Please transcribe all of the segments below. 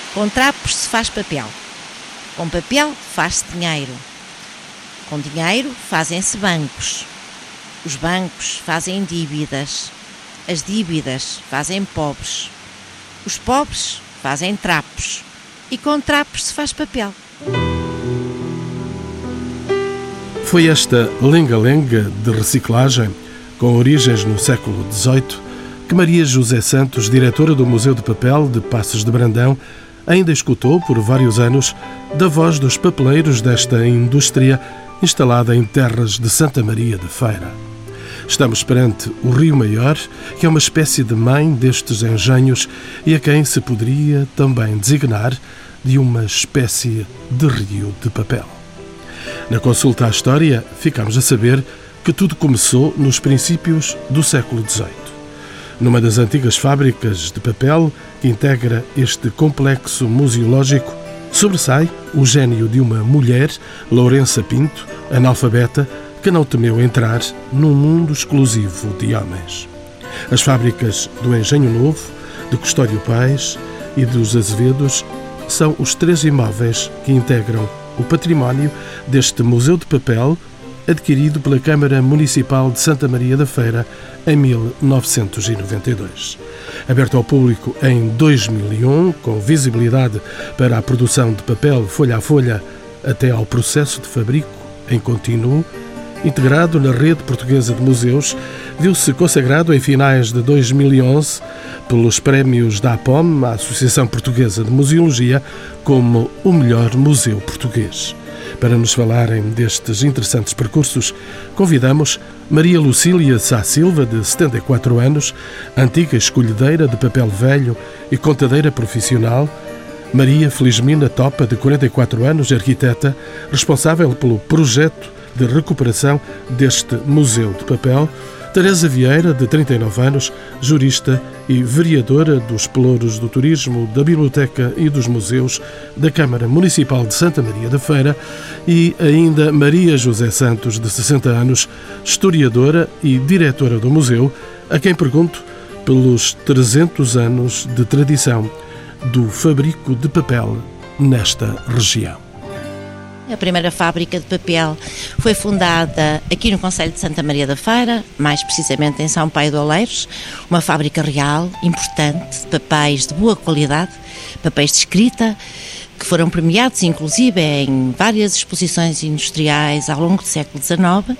Com trapos se faz papel. Com papel faz-se dinheiro. Com dinheiro fazem-se bancos. Os bancos fazem dívidas. As dívidas fazem pobres. Os pobres fazem trapos. E com trapos se faz papel. Foi esta lenga-lenga de reciclagem, com origens no século XVIII, que Maria José Santos, diretora do Museu de Papel de Passos de Brandão, ainda escutou por vários anos da voz dos papeleiros desta indústria instalada em terras de Santa Maria da Feira. Estamos perante o Rio Maior, que é uma espécie de mãe destes engenhos e a quem se poderia também designar de uma espécie de rio de papel. Na consulta à história, ficamos a saber que tudo começou nos princípios do século XVIII. Numa das antigas fábricas de papel que integra este complexo museológico, sobressai o gênio de uma mulher, Lourença Pinto, analfabeta, que não temeu entrar num mundo exclusivo de homens. As fábricas do Engenho Novo, de Custódio Pais e dos Azevedos são os 3 imóveis que integram o património deste Museu de Papel, adquirido pela Câmara Municipal de Santa Maria da Feira em 1992. Aberto ao público em 2001, com visibilidade para a produção de papel folha a folha até ao processo de fabrico em contínuo, integrado na rede portuguesa de museus, viu-se consagrado em finais de 2011 pelos prémios da APOM, a Associação Portuguesa de Museologia, como o melhor museu português. Para nos falarem destes interessantes percursos, convidamos Maria Lucília Sá Silva, de 74 anos, antiga escolhedeira de papel velho e contadeira profissional; Maria Felizmina Topa, de 44 anos, arquiteta, responsável pelo projeto de recuperação deste Museu de Papel; Teresa Vieira, de 39 anos, jurista e vereadora dos Pelouros do Turismo, da Biblioteca e dos Museus da Câmara Municipal de Santa Maria da Feira; e ainda Maria José Santos, de 60 anos, historiadora e diretora do museu, a quem pergunto pelos 300 anos de tradição do fabrico de papel nesta região. A primeira fábrica de papel foi fundada aqui no concelho de Santa Maria da Feira, mais precisamente em São Paio de Oleiros, uma fábrica real, importante, de papéis de boa qualidade, papéis de escrita, que foram premiados inclusive em várias exposições industriais ao longo do século XIX,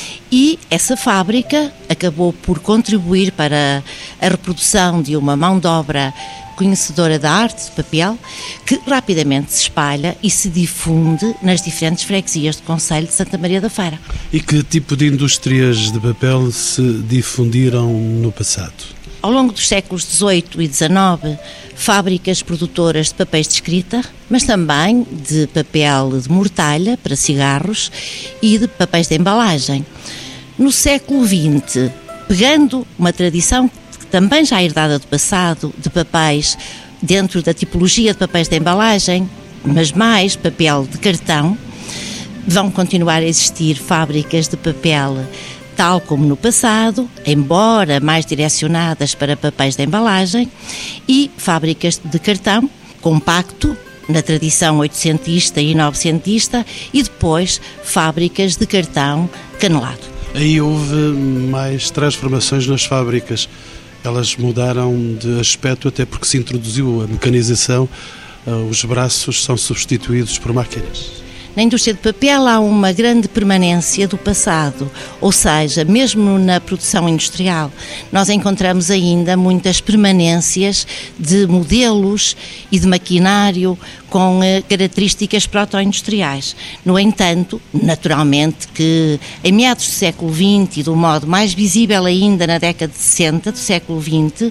e essa fábrica acabou por contribuir para a reprodução de uma mão de obra conhecedora da arte de papel, que rapidamente se espalha e se difunde nas diferentes freguesias do concelho de Santa Maria da Feira. E que tipo de indústrias de papel se difundiram no passado? Ao longo dos séculos XVIII e XIX, fábricas produtoras de papéis de escrita, mas também de papel de mortalha para cigarros e de papéis de embalagem. No século XX, pegando uma tradição também já herdada do passado, de papéis dentro da tipologia de papéis de embalagem, mas mais papel de cartão, vão continuar a existir fábricas de papel tal como no passado, embora mais direcionadas para papéis de embalagem, e fábricas de cartão compacto, na tradição oitocentista e novecentista, e depois fábricas de cartão canelado. Aí houve mais transformações nas fábricas. Elas mudaram de aspecto até porque se introduziu a mecanização, os braços são substituídos por máquinas. Na indústria de papel há uma grande permanência do passado, ou seja, mesmo na produção industrial, nós encontramos ainda muitas permanências de modelos e de maquinário com características proto-industriais. No entanto, naturalmente que em meados do século XX e do modo mais visível ainda na década de 60 do século XX,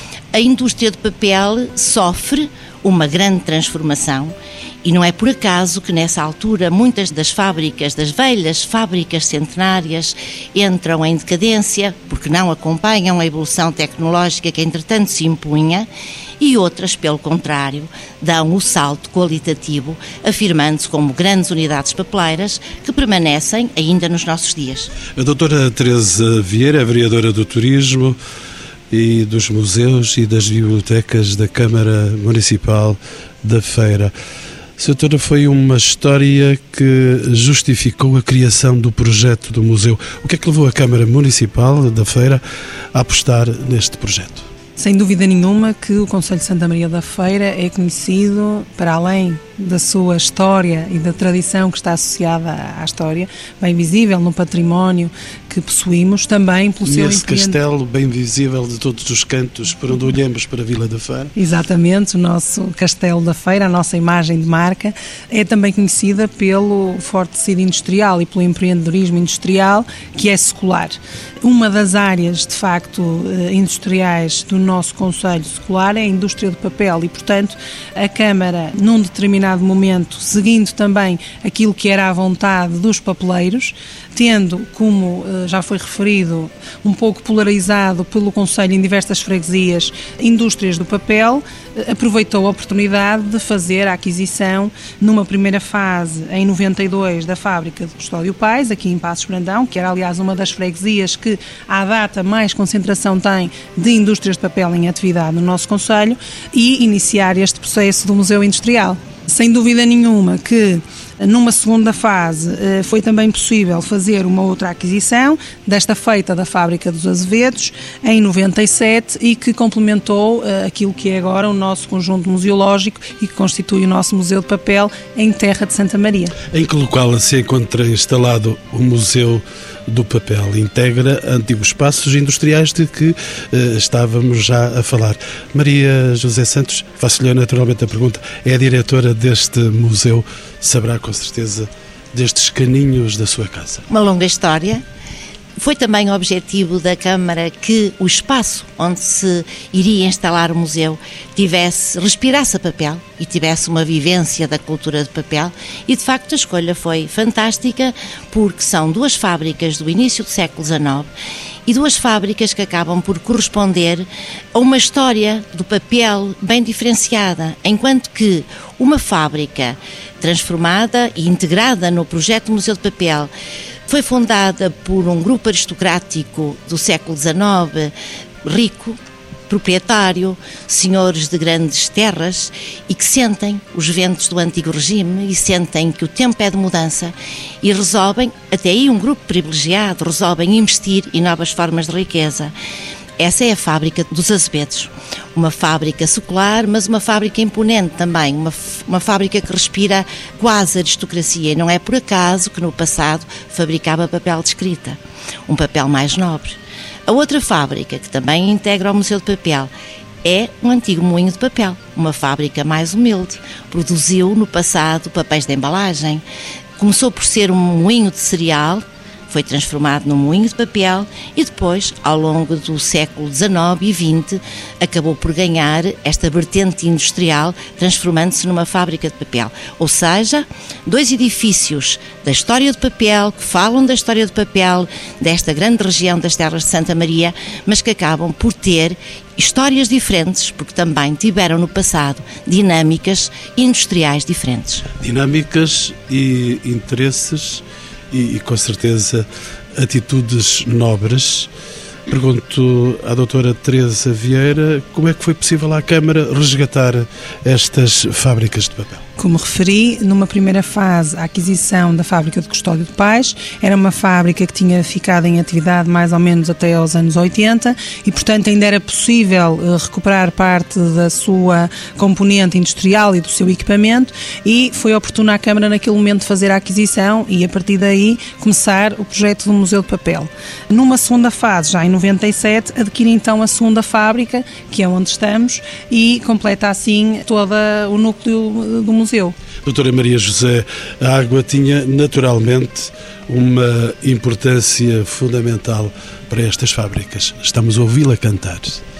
a indústria de papel sofre uma grande transformação. E não é por acaso que nessa altura muitas das fábricas, das velhas fábricas centenárias, entram em decadência porque não acompanham a evolução tecnológica que entretanto se impunha, e outras, pelo contrário, dão o salto qualitativo, afirmando-se como grandes unidades papeleiras que permanecem ainda nos nossos dias. A doutora Teresa Vieira é vereadora do Turismo. e dos museus e das bibliotecas da Câmara Municipal da Feira. Sra. Doutora, foi uma história que justificou a criação do projeto do museu. O que é que levou a Câmara Municipal da Feira a apostar neste projeto? Sem dúvida nenhuma que o Concelho de Santa Maria da Feira é conhecido, para além da sua história e da tradição que está associada à história, bem visível no património que possuímos, também pelo seu Esse castelo bem visível de todos os cantos, por onde olhamos para a Vila da Feira. Exatamente, o nosso Castelo da Feira, a nossa imagem de marca, é também conhecida pelo forte tecido industrial e pelo empreendedorismo industrial, que é secular. Uma das áreas, de facto, industriais do nosso concelho secular é a indústria do papel e, portanto, a Câmara, num determinado momento, seguindo também aquilo que era a vontade dos papeleiros, tendo, como já foi referido, um pouco polarizado pelo concelho em diversas freguesias, indústrias do papel, aproveitou a oportunidade de fazer a aquisição, numa primeira fase, em 92, da fábrica de Custódio Pais, aqui em Passos Brandão, que era, aliás, uma das freguesias que, à data, mais concentração tem de indústrias de papel em atividade no nosso concelho, e iniciar este processo do Museu Industrial. Sem dúvida nenhuma que, numa segunda fase, foi também possível fazer uma outra aquisição, desta feita da Fábrica dos Azevedos, em 97, e que complementou aquilo que é agora o nosso conjunto museológico e que constitui o nosso Museu de Papel em Terra de Santa Maria. Em que local se encontra instalado o Museu do Papel? Integra antigos espaços industriais de que estávamos já a falar. Maria José Santos, faço-lhe naturalmente a pergunta, é a diretora deste museu, saberá com certeza destes caninhos da sua casa. Uma longa história. Foi também o objetivo da Câmara que o espaço onde se iria instalar o museu respirasse a papel e tivesse uma vivência da cultura de papel, e de facto a escolha foi fantástica, porque são duas fábricas do início do século XIX e duas fábricas que acabam por corresponder a uma história do papel bem diferenciada, enquanto que uma fábrica transformada e integrada no projeto Museu de Papel foi fundada por um grupo aristocrático do século XIX, rico, proprietário, senhores de grandes terras, e que sentem os ventos do antigo regime e sentem que o tempo é de mudança e resolvem, até aí um grupo privilegiado, resolvem investir em novas formas de riqueza. Essa é a fábrica dos Azevedos, uma fábrica secular, mas uma fábrica imponente também, uma fábrica que respira quase aristocracia, e não é por acaso que no passado fabricava papel de escrita, um papel mais nobre. A outra fábrica, que também integra o Museu de Papel, é um antigo moinho de papel, uma fábrica mais humilde, produziu no passado papéis de embalagem, começou por ser um moinho de cereal, foi transformado num moinho de papel e depois, ao longo do século XIX e XX, acabou por ganhar esta vertente industrial, transformando-se numa fábrica de papel. Ou seja, dois edifícios da história do papel, que falam da história do papel desta grande região das terras de Santa Maria, mas que acabam por ter histórias diferentes, porque também tiveram no passado dinâmicas industriais diferentes. Dinâmicas e interesses e com certeza atitudes nobres. Pergunto à doutora Teresa Vieira como é que foi possível à Câmara resgatar estas fábricas de papel. Como referi, numa primeira fase, a aquisição da fábrica de Custódio de Pais era uma fábrica que tinha ficado em atividade mais ou menos até aos anos 80 e, portanto, ainda era possível recuperar parte da sua componente industrial e do seu equipamento, e foi oportuno à Câmara naquele momento fazer a aquisição e, a partir daí, começar o projeto do Museu de Papel. Numa segunda fase, já em 97, adquire então a segunda fábrica, que é onde estamos, e completa assim todo o núcleo do museu. Doutora Maria José, a água tinha naturalmente uma importância fundamental para estas fábricas. Estamos a ouvi-la cantar.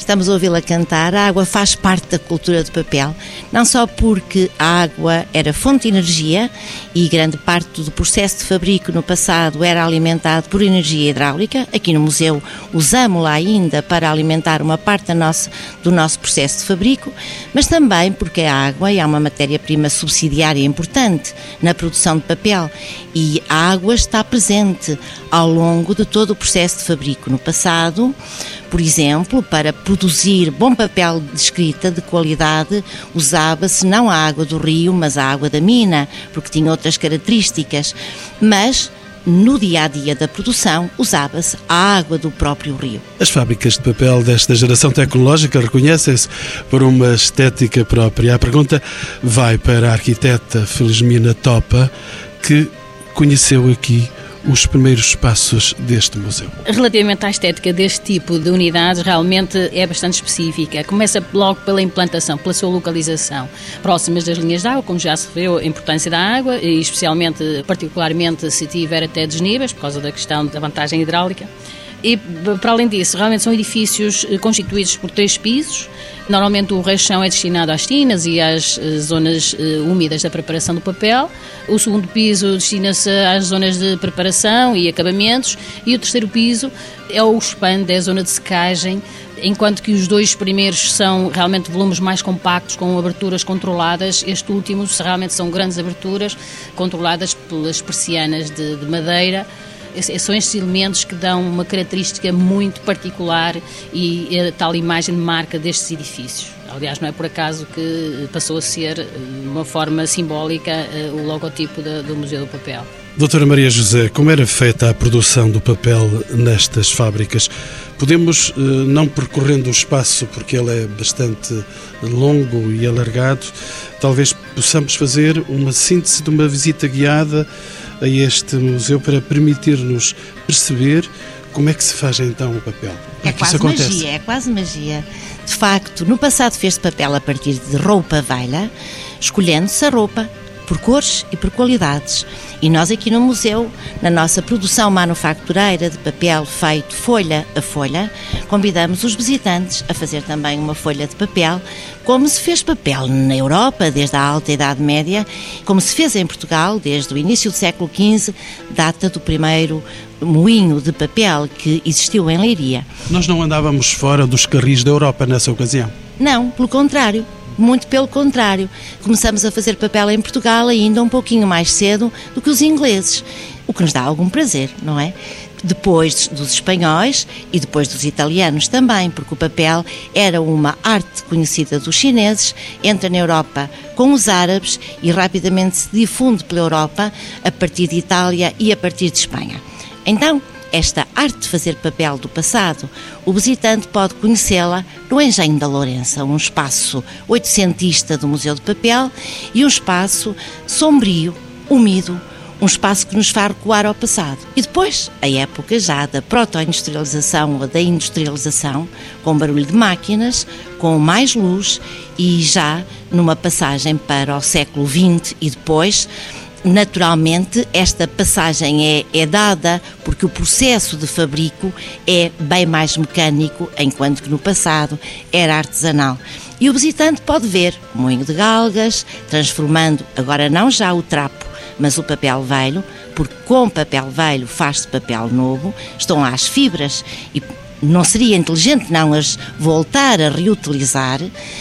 estamos a ouvi-la cantar, a água faz parte da cultura do papel, não só porque a água era fonte de energia e grande parte do processo de fabrico no passado era alimentado por energia hidráulica. Aqui no museu usamos-la ainda para alimentar uma parte do nosso processo de fabrico, mas também porque a água é uma matéria-prima subsidiária importante na produção de papel e a água está presente ao longo de todo o processo de fabrico. No passado, por exemplo, para produzir bom papel de escrita de qualidade, usava-se não a água do rio, mas a água da mina, porque tinha outras características, mas no dia-a-dia da produção usava-se a água do próprio rio. As fábricas de papel desta geração tecnológica reconhecem-se por uma estética própria. A pergunta vai para a arquiteta Felizmina Topa, que conheceu aqui os primeiros passos deste museu. Relativamente à estética deste tipo de unidades, realmente é bastante específica. Começa logo pela implantação, pela sua localização, próximas das linhas de água, como já se referiu, a importância da água, e especialmente, particularmente, se tiver até desníveis, por causa da questão da vantagem hidráulica. E, para além disso, realmente são edifícios constituídos por 3 pisos. Normalmente o rechão é destinado às tinas e às zonas úmidas da preparação do papel. O segundo piso destina-se às zonas de preparação e acabamentos. E o terceiro piso é o expand, é a zona de secagem, enquanto que os 2 primeiros são realmente volumes mais compactos, com aberturas controladas. Este último realmente são grandes aberturas, controladas pelas persianas de madeira. São estes elementos que dão uma característica muito particular e a tal imagem de marca destes edifícios. Aliás, não é por acaso que passou a ser, de uma forma simbólica, o logotipo do Museu do Papel. Doutora Maria José, como era feita a produção do papel nestas fábricas? Podemos, não percorrendo o espaço, porque ele é bastante longo e alargado, talvez possamos fazer uma síntese de uma visita guiada a este museu para permitir-nos perceber como é que se faz então o papel. É quase magia, é quase magia. De facto, no passado fez-se papel a partir de roupa velha, escolhendo-se a roupa por cores e por qualidades. E nós aqui no museu, na nossa produção manufactureira de papel feito folha a folha, convidamos os visitantes a fazer também uma folha de papel, como se fez papel na Europa desde a Alta Idade Média, como se fez em Portugal desde o início do século XV, data do primeiro moinho de papel que existiu em Leiria. Nós não andávamos fora dos carris da Europa nessa ocasião? Não, pelo contrário. Muito pelo contrário, começamos a fazer papel em Portugal ainda um pouquinho mais cedo do que os ingleses, o que nos dá algum prazer, não é? Depois dos espanhóis e depois dos italianos também, porque o papel era uma arte conhecida dos chineses, entra na Europa com os árabes e rapidamente se difunde pela Europa a partir de Itália e a partir de Espanha. Então, esta arte de fazer papel do passado, o visitante pode conhecê-la no Engenho da Lourença, um espaço oitocentista do Museu do Papel e um espaço sombrio, úmido, um espaço que nos faz recuar ao passado. E depois, a época já da proto-industrialização ou da industrialização, com barulho de máquinas, com mais luz e já numa passagem para o século XX e depois. Naturalmente, esta passagem é dada porque o processo de fabrico é bem mais mecânico, enquanto que no passado era artesanal. E o visitante pode ver o moinho de galgas, transformando, agora não já o trapo, mas o papel velho, porque com papel velho faz-se papel novo, estão lá as fibras e não seria inteligente não as voltar a reutilizar.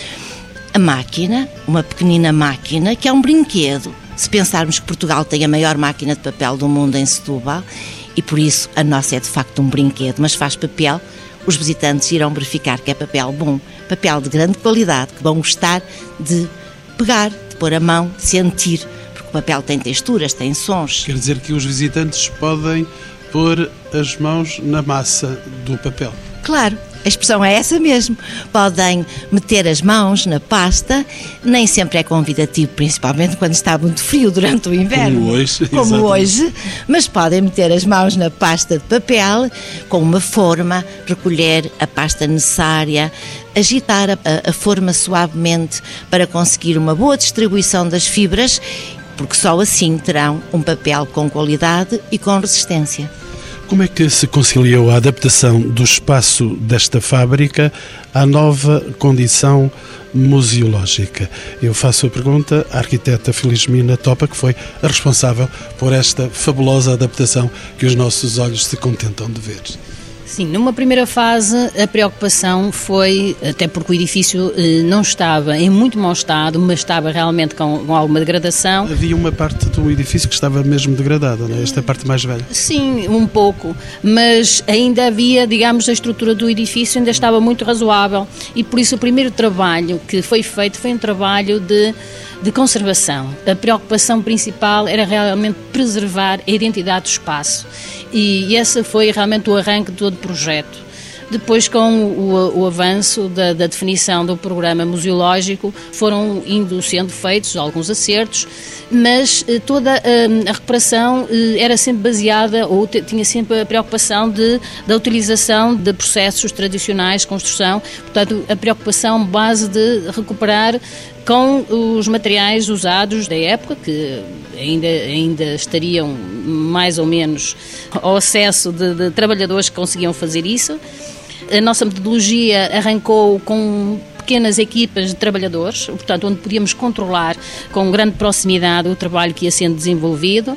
A máquina, uma pequenina máquina, que é um brinquedo. Se pensarmos que Portugal tem a maior máquina de papel do mundo em Setúbal, e por isso a nossa é de facto um brinquedo, mas faz papel, os visitantes irão verificar que é papel bom, papel de grande qualidade, que vão gostar de pegar, de pôr a mão, de sentir, porque o papel tem texturas, tem sons. Quer dizer que os visitantes podem pôr as mãos na massa do papel? Claro. A expressão é essa mesmo. Podem meter as mãos na pasta, nem sempre é convidativo, principalmente quando está muito frio durante o inverno. Como hoje, mas podem meter as mãos na pasta de papel, com uma forma, recolher a pasta necessária, agitar a forma suavemente para conseguir uma boa distribuição das fibras, porque só assim terão um papel com qualidade e com resistência. Como é que se conciliou a adaptação do espaço desta fábrica à nova condição museológica? Eu faço a pergunta à arquiteta Felizmina Topa, que foi a responsável por esta fabulosa adaptação que os nossos olhos se contentam de ver. Sim, numa primeira fase a preocupação foi, até porque o edifício não estava em muito mau estado, mas estava realmente com alguma degradação. Havia uma parte do edifício que estava mesmo degradada, não é? Esta é a parte mais velha. Sim, um pouco, mas ainda havia, digamos, a estrutura do edifício ainda estava muito razoável e por isso o primeiro trabalho que foi feito foi um trabalho de conservação. A preocupação principal era realmente preservar a identidade do espaço e esse foi realmente o arranque de todo o projeto. Depois, com o avanço da definição do programa museológico, foram indo sendo feitos alguns acertos, mas toda a recuperação era sempre baseada, ou tinha sempre a preocupação da utilização de processos tradicionais de construção, portanto, a preocupação base de recuperar com os materiais usados da época, que ainda estariam mais ou menos ao acesso de trabalhadores que conseguiam fazer isso. A nossa metodologia arrancou com pequenas equipas de trabalhadores, portanto, onde podíamos controlar com grande proximidade o trabalho que ia sendo desenvolvido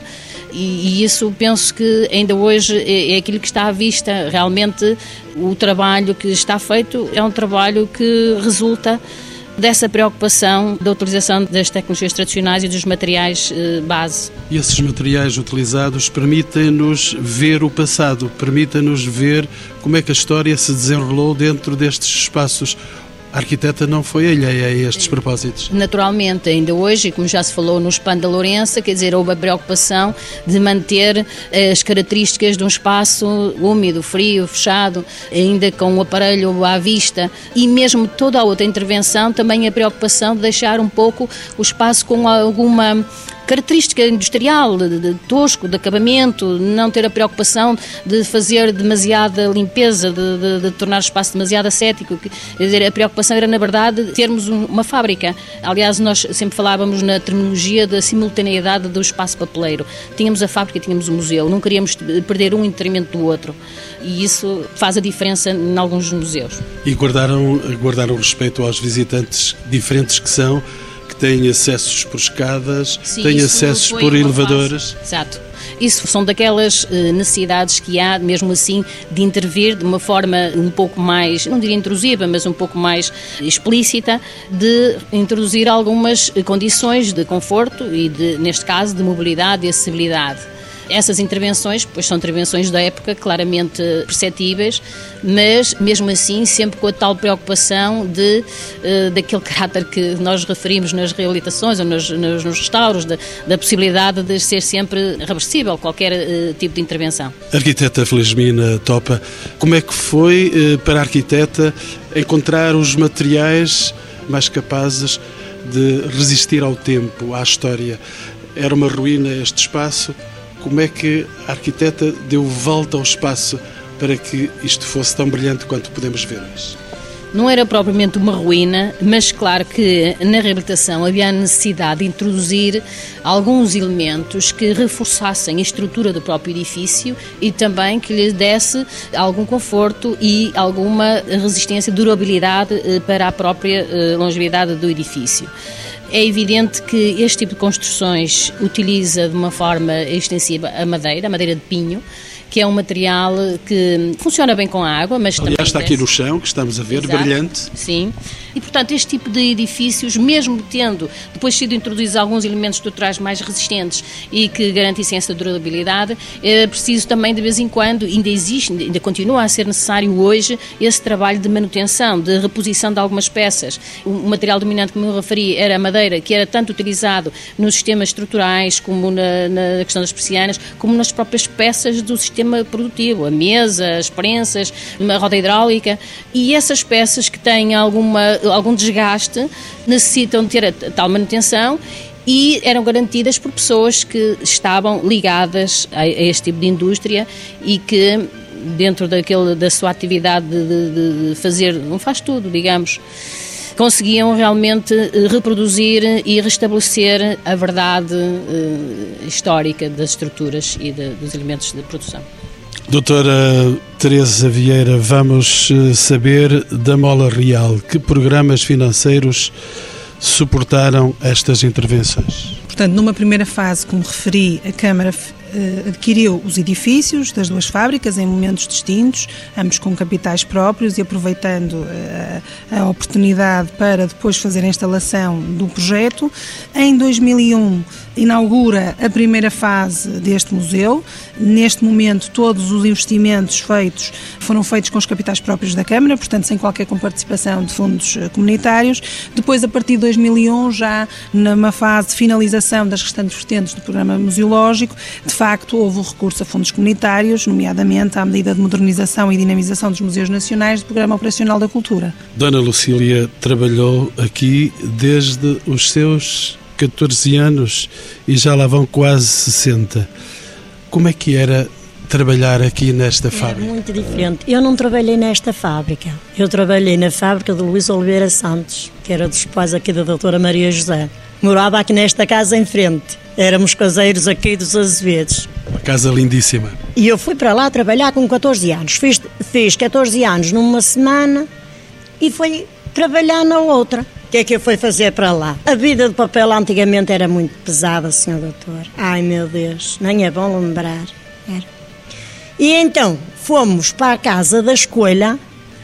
e isso penso que ainda hoje é aquilo que está à vista. Realmente o trabalho que está feito é um trabalho que resulta dessa preocupação da utilização das tecnologias tradicionais e dos materiais base. E esses materiais utilizados permitem-nos ver o passado, permitem-nos ver como é que a história se desenrolou dentro destes espaços. A arquiteta não foi alheia a estes propósitos. Naturalmente, ainda hoje, como já se falou no Espano da Lourença, quer dizer, houve a preocupação de manter as características de um espaço úmido, frio, fechado, ainda com o aparelho à vista, e mesmo toda a outra intervenção, também a preocupação de deixar um pouco o espaço com alguma característica industrial, de tosco, de acabamento, não ter a preocupação de fazer demasiada limpeza, de tornar o espaço demasiado ascético. Quer dizer, a preocupação era, na verdade, termos uma fábrica. Aliás, nós sempre falávamos na terminologia da simultaneidade do espaço papeleiro. Tínhamos a fábrica, tínhamos o museu, não queríamos perder um em detrimento do outro. E isso faz a diferença em alguns museus. E guardaram respeito aos visitantes diferentes que são, têm acessos por escadas, sim, têm acessos por elevadores. Exato. Isso são daquelas necessidades que há, mesmo assim, de intervir de uma forma um pouco mais, não diria intrusiva, mas um pouco mais explícita, de introduzir algumas condições de conforto e, neste caso, de mobilidade e acessibilidade. Essas intervenções, pois são intervenções da época claramente perceptíveis, mas mesmo assim sempre com a tal preocupação daquele caráter que nós referimos nas reabilitações ou nos restauros, da possibilidade de ser sempre reversível qualquer tipo de intervenção. Arquiteta Felizmina Topa, como é que foi para a arquiteta encontrar os materiais mais capazes de resistir ao tempo, à história? Era uma ruína este espaço. Como é que a arquiteta deu volta ao espaço para que isto fosse tão brilhante quanto podemos ver hoje? Não era propriamente uma ruína, mas claro que na reabilitação havia a necessidade de introduzir alguns elementos que reforçassem a estrutura do próprio edifício e também que lhe desse algum conforto e alguma resistência, durabilidade para a própria longevidade do edifício. É evidente que este tipo de construções utiliza de uma forma extensiva a madeira de pinho, que é um material que funciona bem com a água, mas também... Aliás, está aqui no chão, que estamos a ver, exato, brilhante. Sim. E, portanto, este tipo de edifícios, mesmo tendo depois sido introduzidos alguns elementos estruturais mais resistentes e que garantissem essa durabilidade, é preciso também, de vez em quando, ainda continua a ser necessário hoje, esse trabalho de manutenção, de reposição de algumas peças. O material dominante, como eu referi, era a madeira, que era tanto utilizado nos sistemas estruturais, como na questão das persianas, como nas próprias peças do sistema produtivo, a mesa, as prensas, uma roda hidráulica, e essas peças que têm algum desgaste necessitam ter a tal manutenção e eram garantidas por pessoas que estavam ligadas a este tipo de indústria e que, dentro da sua atividade de fazer, não faz tudo, digamos, conseguiam realmente reproduzir e restabelecer a verdade histórica das estruturas e dos elementos de produção. Doutora Teresa Vieira, vamos saber da Mola Real. Que programas financeiros suportaram estas intervenções? Portanto, numa primeira fase, como referi, a Câmara adquiriu os edifícios das duas fábricas em momentos distintos, ambos com capitais próprios e aproveitando a oportunidade para depois fazer a instalação do projeto. Em 2001 inaugura a primeira fase deste museu. Neste momento todos os investimentos foram feitos com os capitais próprios da Câmara, portanto sem qualquer comparticipação de fundos comunitários. Depois, a partir de 2001, já numa fase de finalização das restantes vertentes do programa museológico, de facto houve o recurso a fundos comunitários, nomeadamente à medida de modernização e dinamização dos museus nacionais do Programa Operacional da Cultura. Dona Lucília trabalhou aqui desde os seus 14 anos e já lá vão quase 60. Como é que era trabalhar aqui nesta fábrica? Era muito diferente. Eu não trabalhei nesta fábrica. Eu trabalhei na fábrica de Luís Oliveira Santos, que era dos pais aqui da doutora Maria José. Morava aqui nesta casa em frente. Éramos caseiros aqui dos Azevedos. Uma casa lindíssima. E eu fui para lá trabalhar com 14 anos. Fiz 14 anos numa semana e fui trabalhar na outra. O que é que eu fui fazer para lá? A vida de papel antigamente era muito pesada, senhor doutor. Ai, meu Deus, nem é bom lembrar. Era. E então fomos para a Casa da Escolha,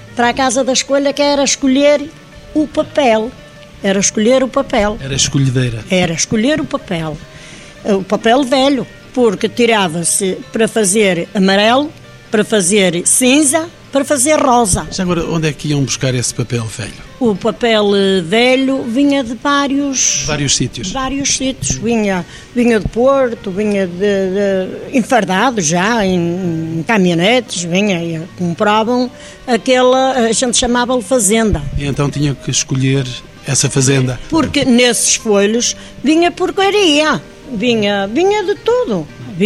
que era escolher o papel. Era escolher o papel. Era escolhedeira. Era escolher o papel velho, porque tirava-se para fazer amarelo, para fazer cinza, para fazer rosa. Já agora, onde é que iam buscar esse papel velho? O papel velho vinha de vários sítios. Vários sítios. Vinha de Porto, vinha de enfardado já, em caminhonetes, e compravam aquela, a gente chamava-lhe fazenda. E então tinham que escolher essa fazenda? Porque nesses folhos vinha porcaria, vinha de tudo.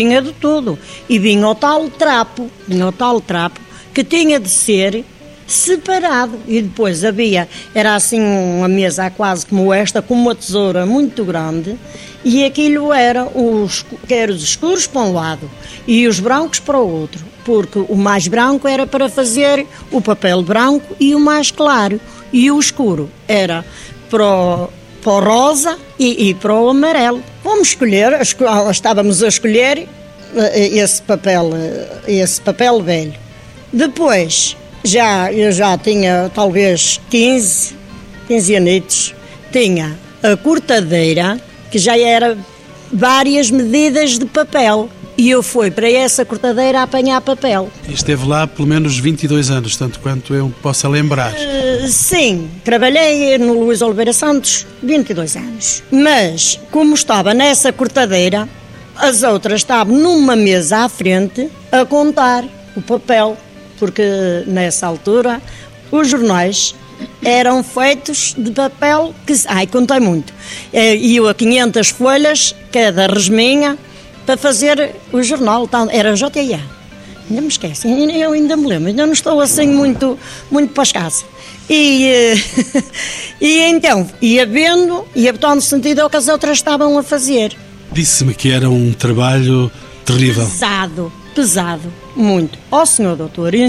E vinha o tal trapo, que tinha de ser separado. E depois era assim uma mesa quase como esta, com uma tesoura muito grande, e aquilo era os escuros para um lado e os brancos para o outro, porque o mais branco era para fazer o papel branco e o mais claro, e o escuro era para o rosa e para o amarelo. Vamos escolher, estávamos a escolher esse papel velho. Depois, eu já tinha talvez 15 anitos, tinha a cortadeira, que já era várias medidas de papel, e eu fui para essa cortadeira a apanhar papel. E esteve lá pelo menos 22 anos, tanto quanto eu possa lembrar. Sim, trabalhei no Luís Oliveira Santos 22 anos, mas como estava nessa cortadeira, as outras estavam numa mesa à frente a contar o papel, porque nessa altura os jornais eram feitos de papel contei muito. Iam a 500 folhas, cada resminha, para fazer o jornal, era o JA. Ainda me esquece, eu ainda me lembro, ainda não estou assim muito para as casas. E então, ia vendo, ia botando sentido ao que as outras estavam a fazer. Disse-me que era um trabalho terrível. Pesado, muito. Senhor doutor, em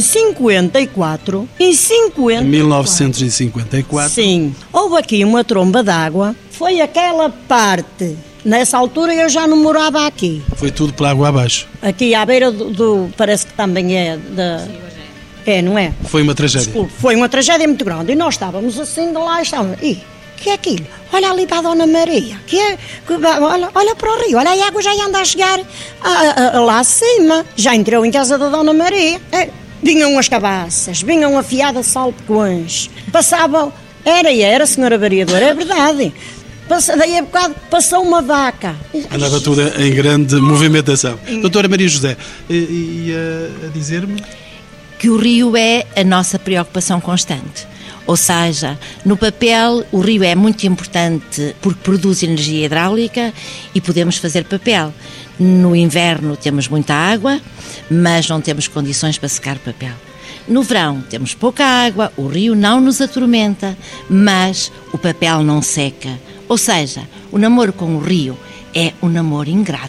1954. Sim, houve aqui uma tromba d'água, foi aquela parte. Nessa altura eu já não morava aqui. Foi tudo pela água abaixo. Aqui à beira do parece que também é não é? Foi uma tragédia. Desculpe, foi uma tragédia muito grande. E nós estávamos assim de lá, que é aquilo? Olha ali para a Dona Maria, olha para o rio, olha a água já ia andar a chegar lá acima. Já entrou em casa da Dona Maria. Vinham as cabaças, vinham afiadas salpicões, passavam, era senhora vereadora, é verdade. Daí a bocado passou uma vaca. Andava tudo em grande movimentação. Doutora Maria José, ia dizer-me? Que o rio é a nossa preocupação constante. Ou seja, no papel o rio é muito importante porque produz energia hidráulica e podemos fazer papel. No inverno temos muita água, mas não temos condições para secar papel. No verão temos pouca água, o rio não nos atormenta, mas o papel não seca. Ou seja, o namoro com o rio é um namoro ingrato.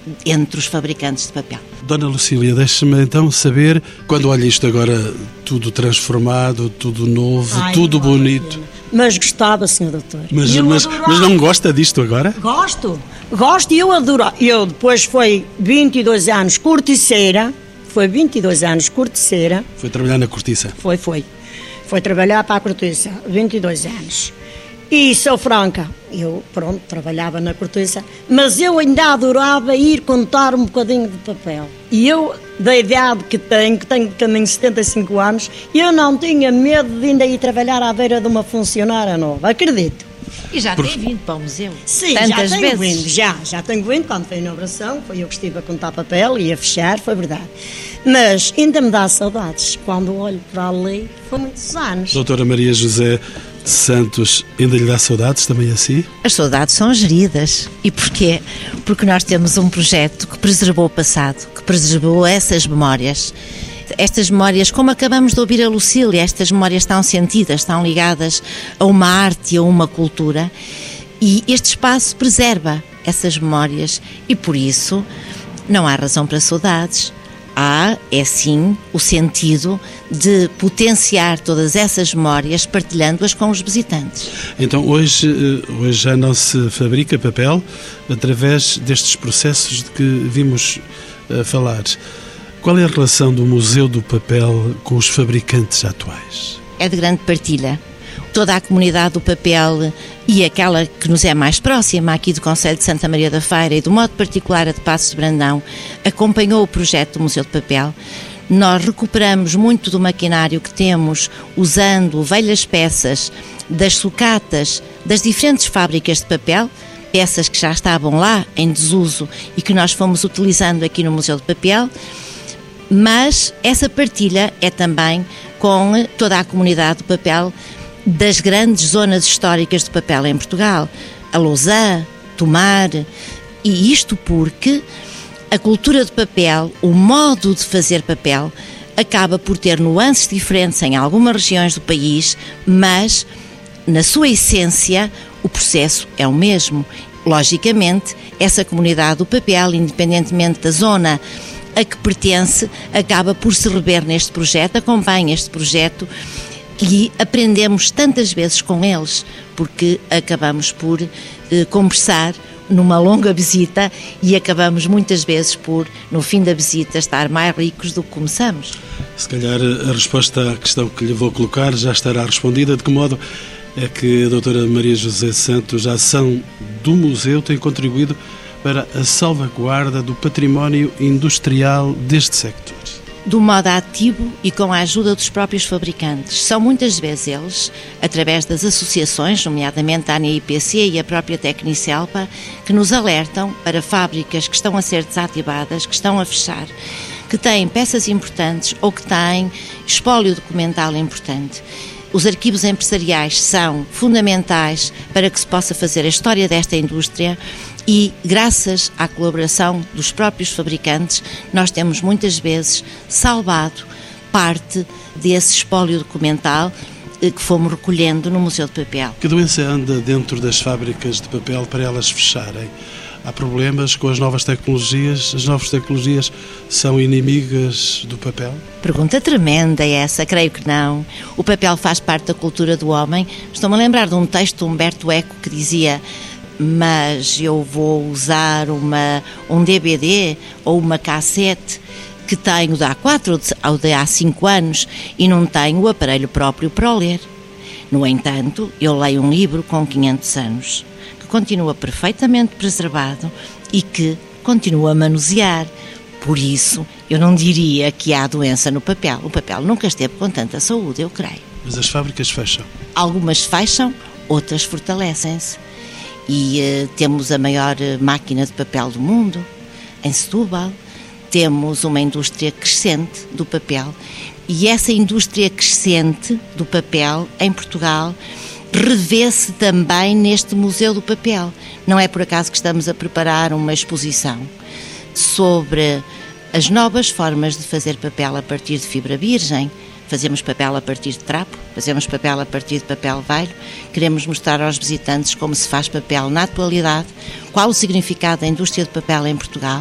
entre os fabricantes de papel. Dona Lucília, deixe-me então saber, quando olha isto agora tudo transformado, tudo novo, tudo bonito... Mas gostava, Sr. Doutor. Mas não gosta disto agora? Gosto e eu adoro. Eu depois foi 22 anos corticeira. Foi 22 anos corticeira. Foi trabalhar na cortiça? Foi. Foi trabalhar para a cortiça, 22 anos. E sou franca, eu, trabalhava na cortiça, mas eu ainda adorava ir contar um bocadinho de papel. E eu, da idade que tenho também 75 anos, eu não tinha medo de ainda ir trabalhar à beira de uma funcionária nova, acredito. E já tem vindo para o museu? Sim, tantas já tenho vezes. vindo, já tenho vindo. Quando foi a inauguração, foi eu que estive a contar papel e a fechar, foi verdade. Mas ainda me dá saudades. Quando olho para ali, foi muitos anos. Doutora Maria José Santos, ainda lhe dá saudades também assim? As saudades são geridas. E porquê? Porque nós temos um projeto que preservou o passado, que preservou essas memórias. Estas memórias, como acabamos de ouvir a Lucília, estas memórias estão sentidas, estão ligadas a uma arte e a uma cultura, e este espaço preserva essas memórias e por isso não há razão para saudades. É sim o sentido de potenciar todas essas memórias partilhando-as com os visitantes. Então hoje já não se fabrica papel através destes processos de que vimos falar. Qual é a relação do Museu do Papel com os fabricantes atuais? É de grande partilha. Toda a comunidade do papel e aquela que nos é mais próxima aqui do Concelho de Santa Maria da Feira e do modo particular a de Passos de Brandão, acompanhou o projeto do Museu do Papel. Nós recuperamos muito do maquinário que temos usando velhas peças das sucatas das diferentes fábricas de papel, peças que já estavam lá em desuso e que nós fomos utilizando aqui no Museu do Papel. Mas essa partilha é também com toda a comunidade do papel das grandes zonas históricas de papel em Portugal, a Lousã, Tomar, e isto porque a cultura de papel, o modo de fazer papel, acaba por ter nuances diferentes em algumas regiões do país, mas na sua essência o processo é o mesmo. Logicamente, essa comunidade do papel, independentemente da zona a que pertence, acaba por se rever neste projeto, acompanha este projeto e aprendemos tantas vezes com eles, porque acabamos por conversar numa longa visita e acabamos muitas vezes por, no fim da visita, estar mais ricos do que começamos. Se calhar a resposta à questão que lhe vou colocar já estará respondida. De que modo é que a doutora Maria José Santos, a ação do museu, tem contribuído para a salvaguarda do património industrial deste sector? Do modo ativo e com a ajuda dos próprios fabricantes. São muitas vezes eles, através das associações, nomeadamente a ANEIPC e a própria Tecnicelpa, que nos alertam para fábricas que estão a ser desativadas, que estão a fechar, que têm peças importantes ou que têm espólio documental importante. Os arquivos empresariais são fundamentais para que se possa fazer a história desta indústria e, graças à colaboração dos próprios fabricantes, nós temos muitas vezes salvado parte desse espólio documental que fomos recolhendo no Museu de Papel. Que doença anda dentro das fábricas de papel para elas fecharem? Há problemas com as novas tecnologias? As novas tecnologias são inimigas do papel? Pergunta tremenda essa, creio que não. O papel faz parte da cultura do homem. Estou-me a lembrar de um texto de Humberto Eco que dizia: mas eu vou usar um DVD ou uma cassete que tenho de há 4 ou de há 5 anos e não tenho o aparelho próprio para o ler. No entanto, eu leio um livro com 500 anos, que continua perfeitamente preservado e que continua a manusear. Por isso, eu não diria que há doença no papel. O papel nunca esteve com tanta saúde, eu creio. Mas as fábricas fecham? Algumas fecham, outras fortalecem-se. E temos a maior máquina de papel do mundo, em Setúbal. Temos uma indústria crescente do papel. E essa indústria crescente do papel, em Portugal, revê-se também neste Museu do Papel. Não é por acaso que estamos a preparar uma exposição sobre as novas formas de fazer papel a partir de fibra virgem, Fazemos papel a partir de trapo, fazemos papel a partir de papel velho, queremos mostrar aos visitantes como se faz papel na atualidade, qual o significado da indústria de papel em Portugal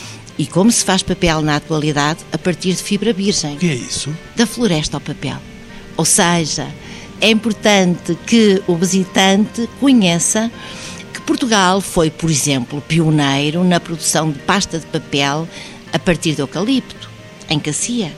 e como se faz papel na atualidade a partir de fibra virgem. O que é isso? Da floresta ao papel. Ou seja, é importante que o visitante conheça que Portugal foi, por exemplo, pioneiro na produção de pasta de papel a partir de eucalipto, em Cacia.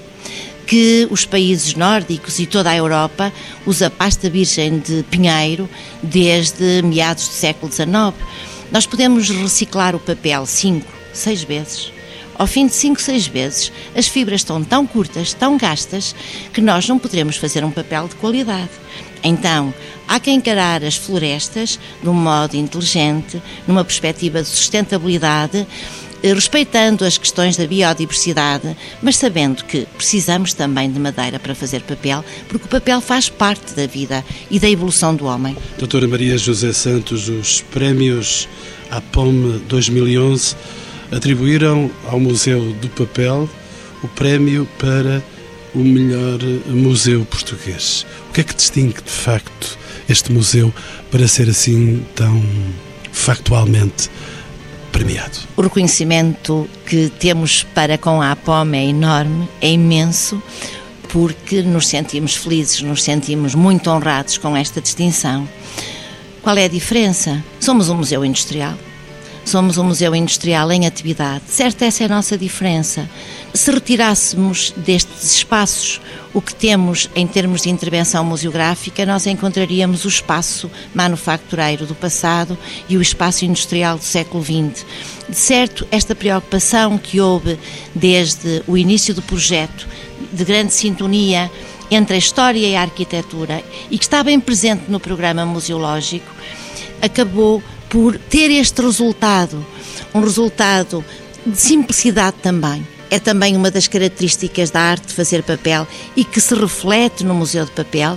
Que os países nórdicos e toda a Europa usa pasta virgem de pinheiro desde meados do século XIX. Nós podemos reciclar o papel 5, 6 vezes. Ao fim de 5, 6 vezes, as fibras estão tão curtas, tão gastas, que nós não poderemos fazer um papel de qualidade. Então, há que encarar as florestas de um modo inteligente, numa perspectiva de sustentabilidade, respeitando as questões da biodiversidade, mas sabendo que precisamos também de madeira para fazer papel, porque o papel faz parte da vida e da evolução do homem. Doutora Maria José Santos, os prémios APOM 2011 atribuíram ao Museu do Papel o prémio para o melhor museu português. O que é que distingue, de facto, este museu para ser assim tão factualmente premiado? O reconhecimento que temos para com a APOM é enorme, é imenso, porque nos sentimos felizes, nos sentimos muito honrados com esta distinção. Qual é a diferença? Somos um museu industrial. Somos um museu industrial em atividade. Certo, essa é a nossa diferença. Se retirássemos destes espaços o que temos em termos de intervenção museográfica, nós encontraríamos o espaço manufactureiro do passado e o espaço industrial do século XX. De certo, esta preocupação que houve desde o início do projeto, de grande sintonia entre a história e a arquitetura, e que está bem presente no programa museológico, acabou por ter este resultado, um resultado de simplicidade também. É também uma das características da arte de fazer papel e que se reflete no Museu de Papel,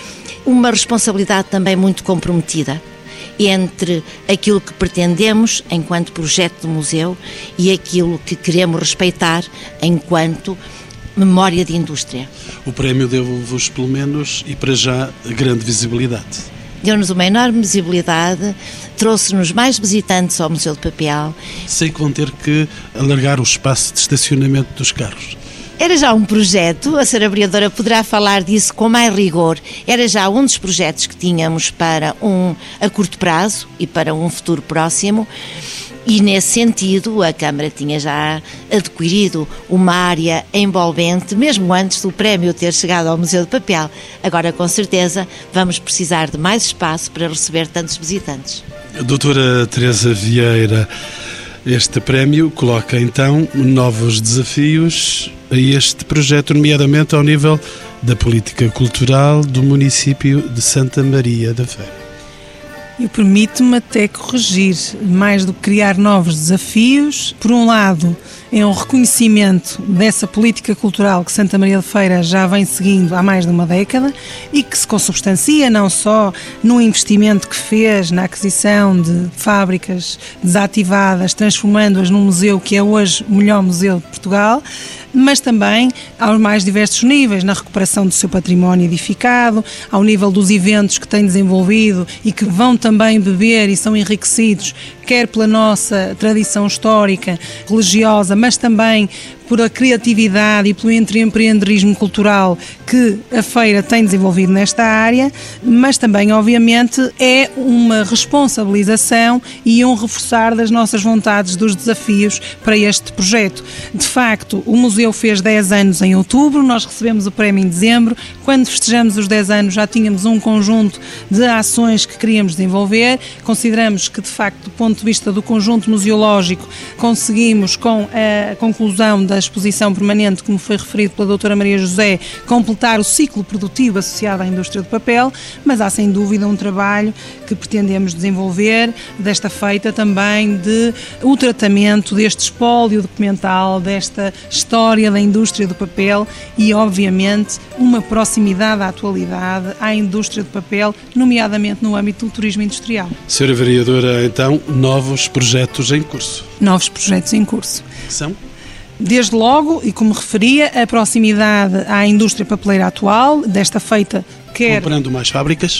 uma responsabilidade também muito comprometida entre aquilo que pretendemos enquanto projeto de museu e aquilo que queremos respeitar enquanto memória de indústria. O prémio deu-vos, pelo menos, e para já, grande visibilidade. Deu-nos uma enorme visibilidade, trouxe-nos mais visitantes ao Museu de Papel. Sei que vão ter que alargar o espaço de estacionamento dos carros. Era já um projeto, a Sra. Vereadora poderá falar disso com mais rigor, era já um dos projetos que tínhamos para a curto prazo e para um futuro próximo. E, nesse sentido, a Câmara tinha já adquirido uma área envolvente, mesmo antes do prémio ter chegado ao Museu de Papel. Agora, com certeza, vamos precisar de mais espaço para receber tantos visitantes. A doutora Teresa Vieira, este prémio coloca, então, novos desafios a este projeto, nomeadamente ao nível da política cultural do município de Santa Maria da Feira. Eu permito-me até corrigir, mais do que criar novos desafios. Por um lado, é um reconhecimento dessa política cultural que Santa Maria da Feira já vem seguindo há mais de uma década e que se consubstancia não só no investimento que fez na aquisição de fábricas desativadas, transformando-as num museu que é hoje o melhor museu de Portugal, mas também aos mais diversos níveis, na recuperação do seu património edificado, ao nível dos eventos que tem desenvolvido e que vão também beber e são enriquecidos, quer pela nossa tradição histórica, religiosa, mas também por a criatividade e pelo empreendedorismo cultural que a feira tem desenvolvido nesta área, mas também, obviamente, é uma responsabilização e um reforçar das nossas vontades, dos desafios para este projeto. De facto, o museu fez 10 anos em outubro, nós recebemos o prémio em dezembro. Quando festejamos os 10 anos já tínhamos um conjunto de ações que queríamos desenvolver. Consideramos que, de facto, do ponto de vista do conjunto museológico, conseguimos, com a conclusão da exposição permanente, como foi referido pela doutora Maria José, completar o ciclo produtivo associado à indústria do papel, mas há sem dúvida um trabalho que pretendemos desenvolver, desta feita também de o tratamento deste espólio documental, desta história da indústria do papel e, obviamente, uma proximidade à atualidade, à indústria do papel, nomeadamente no âmbito do turismo industrial. Senhora Vereadora, então, novos projetos em curso. Novos projetos em curso. Que são? Desde logo, e como referia, a proximidade à indústria papeleira atual, desta feita quer... Comprando mais fábricas?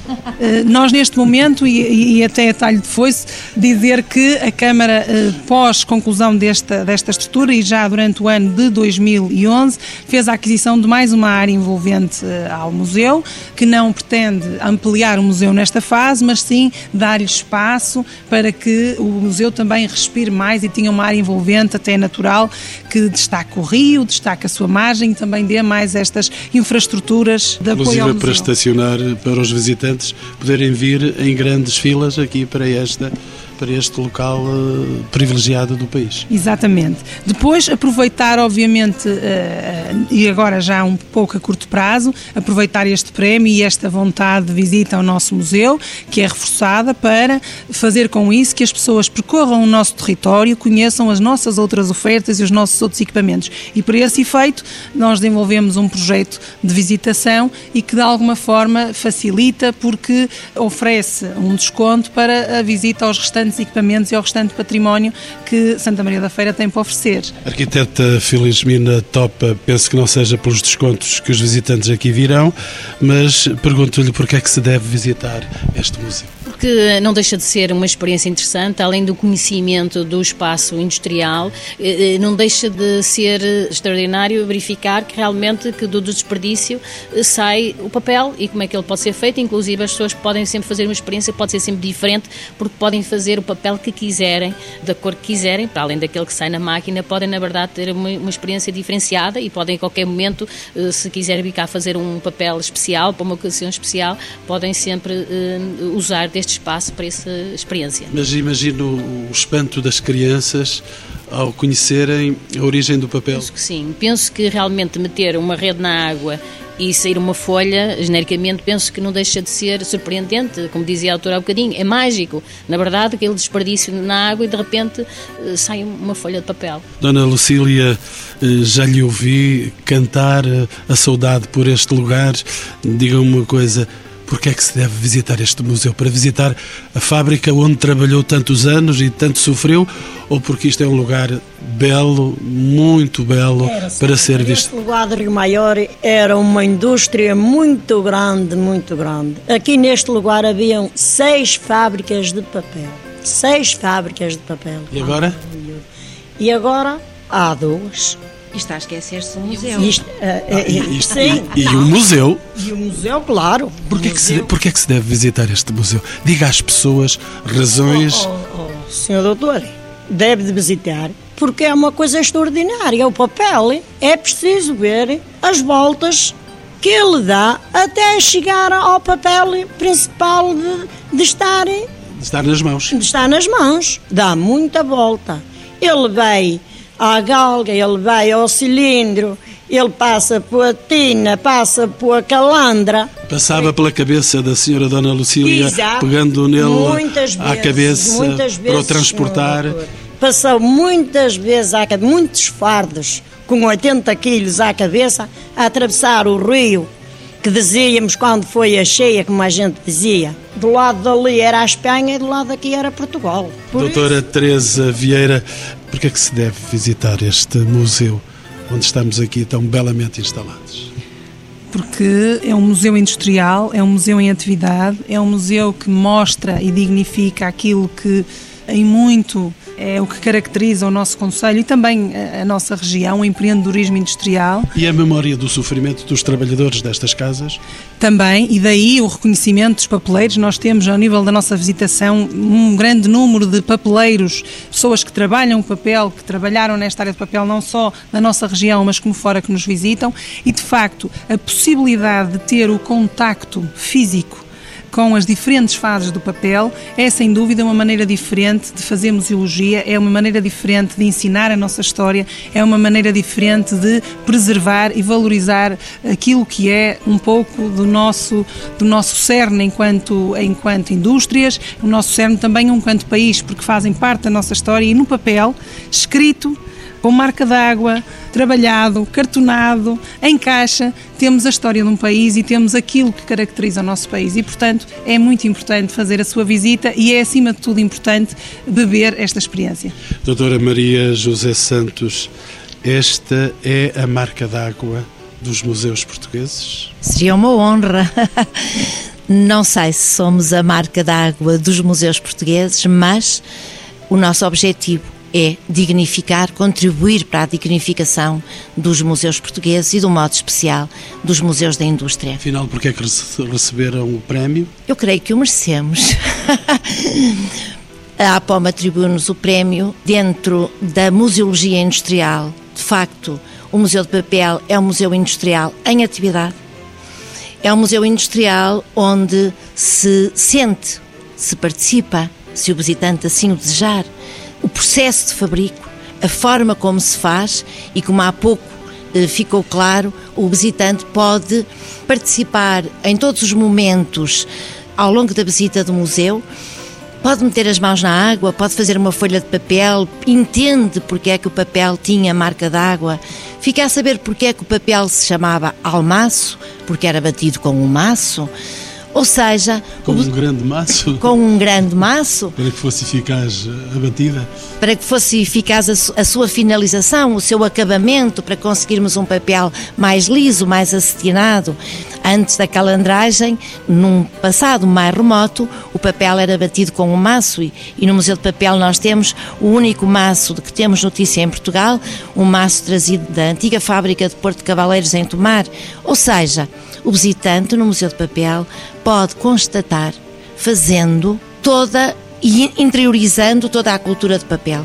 Nós neste momento, e até a talho de foice, dizer que a Câmara, pós conclusão desta estrutura e já durante o ano de 2011, fez a aquisição de mais uma área envolvente ao museu, que não pretende ampliar o museu nesta fase, mas sim dar-lhe espaço para que o museu também respire mais e tenha uma área envolvente, até natural, que destaque o rio, destaque a sua margem e também dê mais estas infraestruturas de apoio ao museu. Para estacionar, para os visitantes poderem vir em grandes filas aqui para este local privilegiado do país. Exatamente. Depois aproveitar, obviamente, e agora já um pouco a curto prazo, aproveitar este prémio e esta vontade de visita ao nosso museu, que é reforçada para fazer com isso que as pessoas percorram o nosso território, conheçam as nossas outras ofertas e os nossos outros equipamentos. E para esse efeito, nós desenvolvemos um projeto de visitação e que de alguma forma facilita, porque oferece um desconto para a visita aos restantes equipamentos e ao restante património que Santa Maria da Feira tem para oferecer. A arquiteta Filismina Topa, penso que não seja pelos descontos que os visitantes aqui virão, mas pergunto-lhe porque é que se deve visitar este museu. Porque não deixa de ser uma experiência interessante, além do conhecimento do espaço industrial, não deixa de ser extraordinário verificar que realmente que do desperdício sai o papel e como é que ele pode ser feito. Inclusive as pessoas podem sempre fazer uma experiência, pode ser sempre diferente, porque podem fazer o papel que quiserem, da cor que quiserem, para além daquele que sai na máquina, podem na verdade ter uma experiência diferenciada e podem a qualquer momento, se quiserem vir cá fazer um papel especial, para uma ocasião especial, podem sempre usar deste espaço para essa experiência. Mas imagino o espanto das crianças ao conhecerem a origem do papel. Penso que sim, penso que realmente meter uma rede na água e sair uma folha, genericamente, penso que não deixa de ser surpreendente, como dizia a autora há bocadinho, é mágico, na verdade, aquele desperdício na água e de repente sai uma folha de papel. Dona Lucília, já lhe ouvi cantar a saudade por este lugar. Diga-me uma coisa, porque é que se deve visitar este museu? Para visitar a fábrica onde trabalhou tantos anos e tanto sofreu, ou porque isto é um lugar belo, muito belo, para ser visto? Este lugar de Rio Maior era uma indústria muito grande, muito grande. Aqui neste lugar haviam 6 fábricas de papel. 6 fábricas de papel. E agora? E agora há 2. E está a esquecer-se do museu. Sim. E o museu? E o museu, claro. Porquê é que se deve visitar este museu? Diga às pessoas razões... Senhor doutor, deve de visitar porque é uma coisa extraordinária. O papel, é preciso ver as voltas que ele dá até chegar ao papel principal de estar nas mãos. De estar nas mãos. Dá muita volta. Ele vai à galga, ele vai ao cilindro, ele passa pela tina, passa pela calandra. Passava pela cabeça da senhora Dona Lucília, pegando nele à cabeça para o transportar. Passou muitas vezes, muitos fardos, com 80 quilos à cabeça, a atravessar o rio, que dizíamos quando foi a cheia, como a gente dizia. Do lado dali era a Espanha e do lado daqui era Portugal. Doutora Teresa Vieira, porque é que se deve visitar este museu onde estamos aqui tão belamente instalados? Porque é um museu industrial, é um museu em atividade, é um museu que mostra e dignifica aquilo que em muito é o que caracteriza o nosso concelho e também a nossa região, o empreendedorismo industrial. E a memória do sofrimento dos trabalhadores destas casas? Também, e daí o reconhecimento dos papeleiros. Nós temos, ao nível da nossa visitação, um grande número de papeleiros, pessoas que trabalham o papel, que trabalharam nesta área de papel, não só na nossa região, mas como fora, que nos visitam. E, de facto, a possibilidade de ter o contacto físico com as diferentes fases do papel é, sem dúvida, uma maneira diferente de fazer museologia, é uma maneira diferente de ensinar a nossa história, é uma maneira diferente de preservar e valorizar aquilo que é um pouco do nosso cerne enquanto indústrias, o nosso cerne também enquanto país, porque fazem parte da nossa história e no papel, escrito, com marca d'água, trabalhado, cartonado, em caixa, temos a história de um país e temos aquilo que caracteriza o nosso país e, portanto, é muito importante fazer a sua visita e é, acima de tudo, importante beber esta experiência. Doutora Maria José Santos, Esta é a marca d'água dos museus portugueses? Seria uma honra. Não sei se somos a marca d'água dos museus portugueses, mas o nosso objetivo é dignificar, contribuir para a dignificação dos museus portugueses e, de um modo especial, dos museus da indústria. Afinal, porque é que receberam o prémio? Eu creio que o merecemos. A APOM atribuiu-nos o prémio dentro da museologia industrial. De facto, o Museu de Papel é um museu industrial em atividade. É um museu industrial onde se sente, se participa, se o visitante assim o desejar, o processo de fabrico, a forma como se faz e, como há pouco ficou claro, o visitante pode participar em todos os momentos ao longo da visita do museu, pode meter as mãos na água, pode fazer uma folha de papel, entende porque é que o papel tinha marca d'água, fica a saber porque é que o papel se chamava almaço, porque era batido com um maço. Ou seja... Com um grande maço? Com um grande maço. Para que fosse eficaz a batida? Para que fosse eficaz a sua finalização, o seu acabamento, para conseguirmos um papel mais liso, mais acetinado. Antes da calandragem, num passado mais remoto, o papel era batido com um maço e no Museu de Papel nós temos o único maço de que temos notícia em Portugal, um maço trazido da antiga fábrica de Porto de Cavaleiros em Tomar. Ou seja, o visitante no Museu de Papel pode constatar, fazendo toda e interiorizando toda a cultura de papel,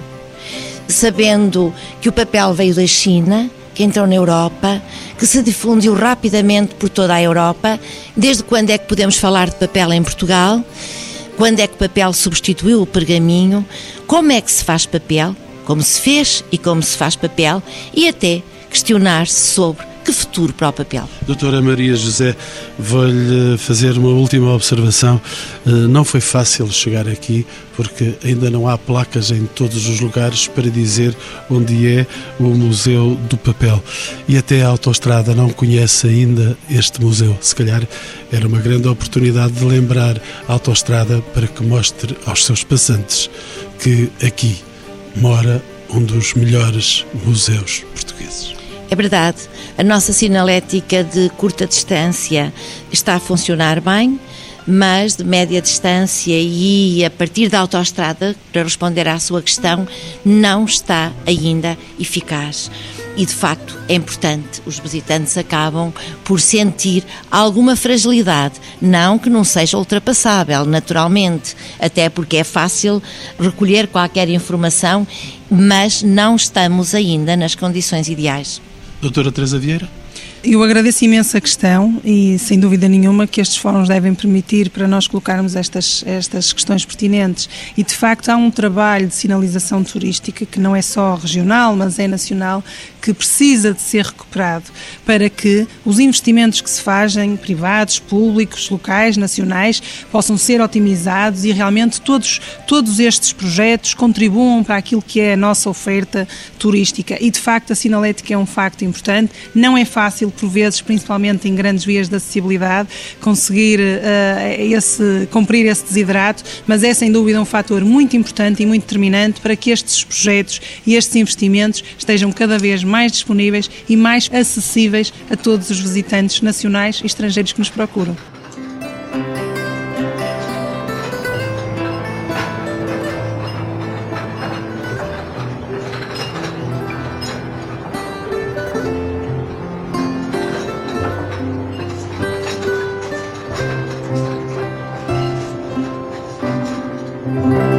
sabendo que o papel veio da China, que entrou na Europa, que se difundiu rapidamente por toda a Europa. Desde quando é que podemos falar de papel em Portugal? Quando é que o papel substituiu o pergaminho? Como é que se faz papel? Como se fez e como se faz papel? E até questionar-se sobre que futuro para o papel. Doutora Maria José, vou-lhe fazer uma última observação. Não foi fácil chegar aqui porque ainda não há placas em todos os lugares para dizer onde é o Museu do Papel. E até a autoestrada não conhece ainda este museu. Se calhar era uma grande oportunidade de lembrar a autoestrada para que mostre aos seus passantes que aqui mora um dos melhores museus portugueses. É verdade, a nossa sinalética de curta distância está a funcionar bem, mas de média distância e a partir da autoestrada, para responder à sua questão, não está ainda eficaz. E, de facto, é importante, os visitantes acabam por sentir alguma fragilidade, não que não seja ultrapassável, naturalmente, até porque é fácil recolher qualquer informação, mas não estamos ainda nas condições ideais. Doutora Teresa Vieira? Eu agradeço imenso a questão e, sem dúvida nenhuma, que estes fóruns devem permitir para nós colocarmos estas questões pertinentes. E, de facto, há um trabalho de sinalização turística que não é só regional, mas é nacional, que precisa de ser recuperado para que os investimentos que se fazem, privados, públicos, locais, nacionais, possam ser otimizados e realmente todos estes projetos contribuam para aquilo que é a nossa oferta turística. E, de facto, a sinalética é um facto importante. Não é fácil, por vezes, principalmente em grandes vias de acessibilidade, conseguir cumprir esse desidrato, mas é sem dúvida um fator muito importante e muito determinante para que estes projetos e estes investimentos estejam cada vez mais disponíveis e mais acessíveis a todos os visitantes nacionais e estrangeiros que nos procuram. Thank you.